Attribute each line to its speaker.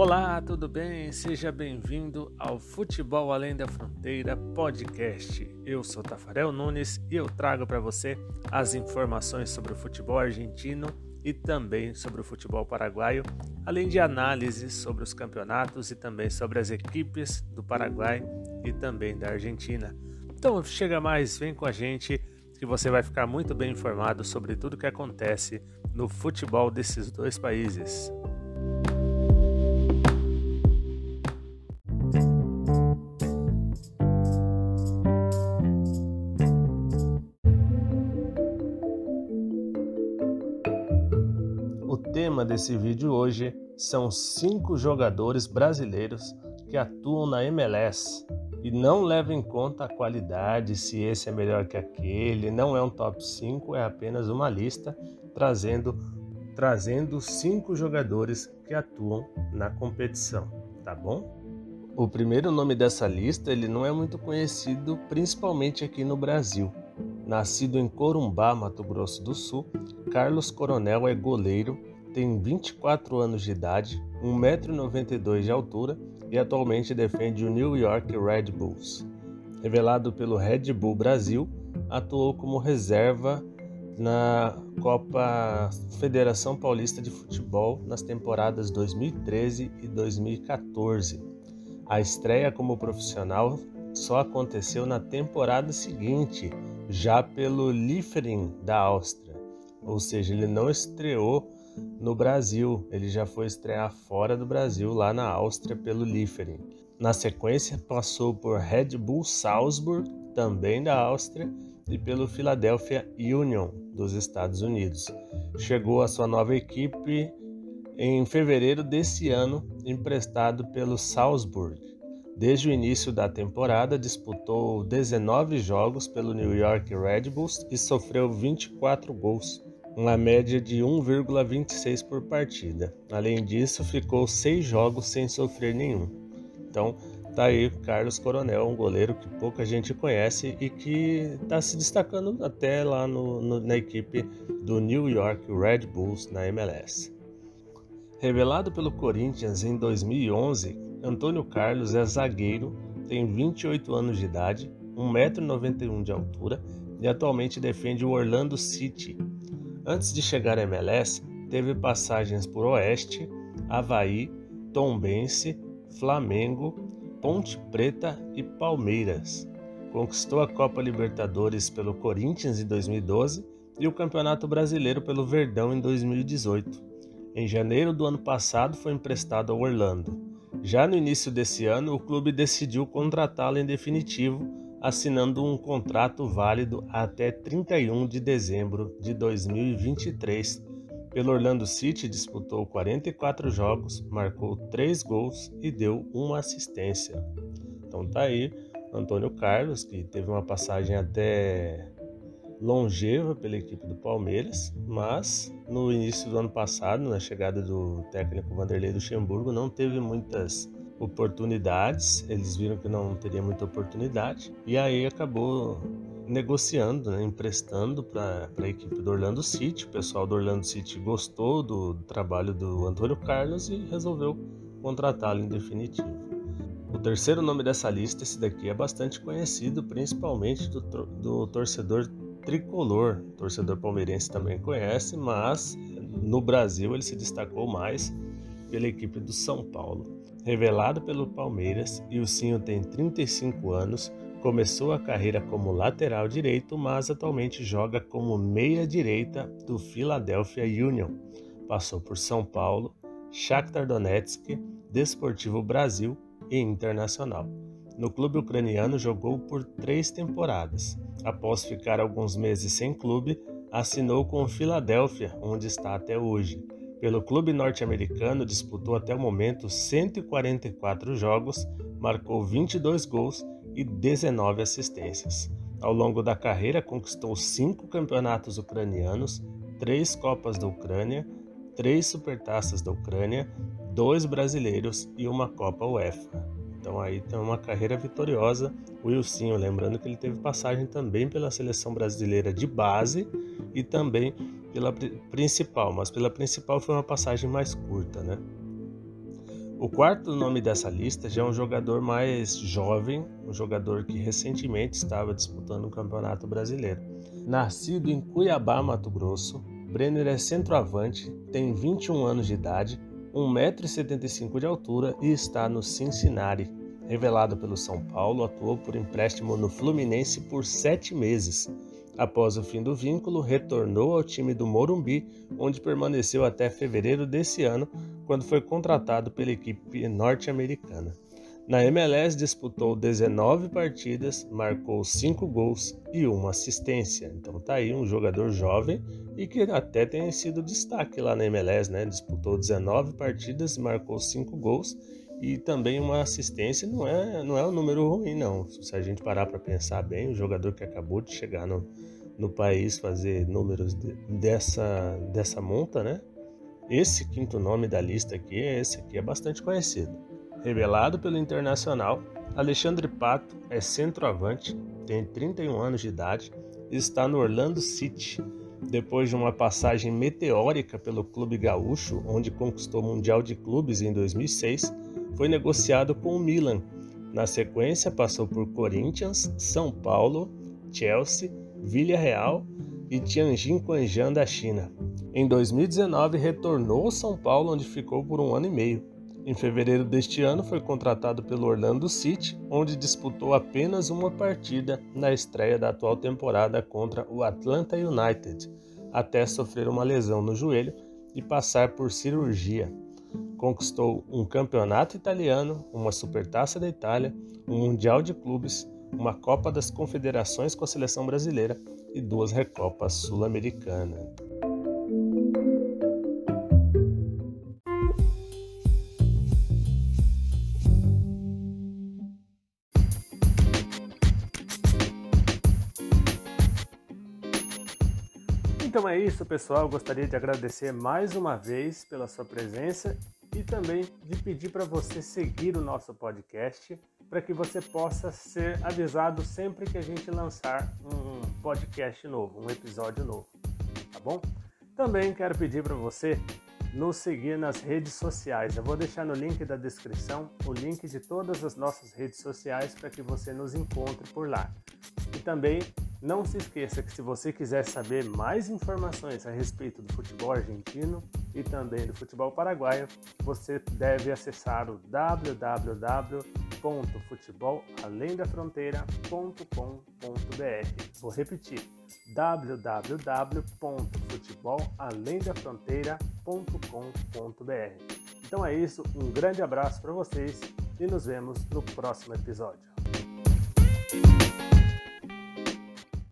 Speaker 1: Olá, tudo bem? Seja bem-vindo ao Futebol Além da Fronteira podcast. Eu sou Tafarel Nunes e eu trago para você as informações sobre o futebol argentino e também sobre o futebol paraguaio, além de análises sobre os campeonatos e também sobre as equipes do Paraguai e também da Argentina. Então chega mais, vem com a gente que você vai ficar muito bem informado sobre tudo que acontece no futebol desses dois países. O tema desse vídeo hoje são 5 jogadores brasileiros que atuam na MLS e não leva em conta a qualidade, se esse é melhor que aquele, não é um top 5, é apenas uma lista trazendo 5 jogadores que atuam na competição, tá bom? O primeiro nome dessa lista ele não é muito conhecido, principalmente aqui no Brasil. Nascido em Corumbá, Mato Grosso do Sul, Carlos Coronel é goleiro, tem 24 anos de idade, 1,92 m de altura e atualmente defende o New York Red Bulls. Revelado pelo Red Bull Brasil, atuou como reserva na Copa Federação Paulista de Futebol nas temporadas 2013 e 2014. A estreia como profissional só aconteceu na temporada seguinte, já pelo Liefering da Áustria, ou seja, ele não estreou no Brasil, ele já foi estrear fora do Brasil, lá na Áustria, pelo Liefering. Na sequência, passou por Red Bull Salzburg, também da Áustria, e pelo Philadelphia Union, dos Estados Unidos. Chegou à sua nova equipe em fevereiro desse ano, emprestado pelo Salzburg. Desde o início da temporada, disputou 19 jogos pelo New York Red Bulls e sofreu 24 gols, uma média de 1,26 por partida. Além disso, ficou 6 jogos sem sofrer nenhum. Então, tá aí Carlos Coronel, um goleiro que pouca gente conhece e que está se destacando até lá na equipe do New York Red Bulls na MLS. Revelado pelo Corinthians em 2011, Antônio Carlos é zagueiro, tem 28 anos de idade, 1,91 m de altura e atualmente defende o Orlando City. Antes de chegar à MLS, teve passagens por Oeste, Avaí, Tombense, Flamengo, Ponte Preta e Palmeiras. Conquistou a Copa Libertadores pelo Corinthians em 2012 e o Campeonato Brasileiro pelo Verdão em 2018. Em janeiro do ano passado foi emprestado ao Orlando. Já no início desse ano, o clube decidiu contratá-lo em definitivo, assinando um contrato válido até 31 de dezembro de 2023. Pelo Orlando City, disputou 44 jogos, marcou 3 gols e deu uma assistência. Então tá aí Antônio Carlos, que teve uma passagem até longeva pela equipe do Palmeiras, mas no início do ano passado, na chegada do técnico Vanderlei Luxemburgo, não teve muitas oportunidades, eles viram que não teria muita oportunidade e aí acabou negociando, emprestando para a equipe do Orlando City. O pessoal do Orlando City gostou do trabalho do Antônio Carlos e resolveu contratá-lo em definitivo. O terceiro nome dessa lista, esse daqui é bastante conhecido, principalmente do torcedor tricolor. O torcedor palmeirense também conhece, mas no Brasil ele se destacou mais pela equipe do São Paulo. Revelado pelo Palmeiras, Ilcinho tem 35 anos, começou a carreira como lateral direito, mas atualmente joga como meia direita do Philadelphia Union. Passou por São Paulo, Shakhtar Donetsk, Desportivo Brasil e Internacional. No clube ucraniano jogou por 3 temporadas. Após ficar alguns meses sem clube, assinou com o Philadelphia, onde está até hoje. Pelo clube norte-americano, disputou até o momento 144 jogos, marcou 22 gols e 19 assistências. Ao longo da carreira, conquistou 5 campeonatos ucranianos, 3 Copas da Ucrânia, 3 Supertaças da Ucrânia, 2 brasileiros e uma Copa UEFA. Então aí tem uma carreira vitoriosa. O Ilcinho, lembrando que ele teve passagem também pela seleção brasileira de base e também pela principal, mas pela principal foi uma passagem mais curta, né? O quarto nome dessa lista já é um jogador mais jovem, um jogador que recentemente estava disputando o Campeonato Brasileiro. Nascido em Cuiabá, Mato Grosso, Brenner é centroavante, tem 21 anos de idade, 1,75 m de altura e está no Cincinnati. Revelado pelo São Paulo, atuou por empréstimo no Fluminense por 7 meses. Após o fim do vínculo, retornou ao time do Morumbi, onde permaneceu até fevereiro desse ano, quando foi contratado pela equipe norte-americana. Na MLS disputou 19 partidas, marcou 5 gols e 1 assistência. Então tá aí um jogador jovem e que até tem sido destaque lá na MLS, né? Disputou 19 partidas, marcou 5 gols e também uma assistência. Não é um número ruim, não. Se a gente parar para pensar bem, o jogador que acabou de chegar no país fazer números dessa monta, né? Esse quinto nome da lista aqui, esse aqui é bastante conhecido. Revelado pelo Internacional, Alexandre Pato é centroavante, tem 31 anos de idade e está no Orlando City. Depois de uma passagem meteórica pelo clube gaúcho, onde conquistou o Mundial de Clubes em 2006, foi negociado com o Milan. Na sequência, passou por Corinthians, São Paulo, Chelsea, Villarreal e Tianjin Quanjian da China. Em 2019, retornou ao São Paulo, onde ficou por 1 ano e meio. Em fevereiro deste ano, foi contratado pelo Orlando City, onde disputou apenas uma partida na estreia da atual temporada contra o Atlanta United, até sofrer uma lesão no joelho e passar por cirurgia. Conquistou um campeonato italiano, uma Supertaça da Itália, um Mundial de Clubes, uma Copa das Confederações com a seleção brasileira e 2 Recopas Sul-Americanas. Então é isso, pessoal. Gostaria de agradecer mais uma vez pela sua presença e também de pedir para você seguir o nosso podcast para que você possa ser avisado sempre que a gente lançar um podcast novo, um episódio novo, tá bom? Também quero pedir para você nos seguir nas redes sociais. Eu vou deixar no link da descrição o link de todas as nossas redes sociais para que você nos encontre por lá. E também não se esqueça que se você quiser saber mais informações a respeito do futebol argentino e também do futebol paraguaio, você deve acessar o www.futebolalendafronteira.com.br. Vou repetir, www.futebolalendafronteira.com.br. Então é isso, um grande abraço para vocês e nos vemos no próximo episódio.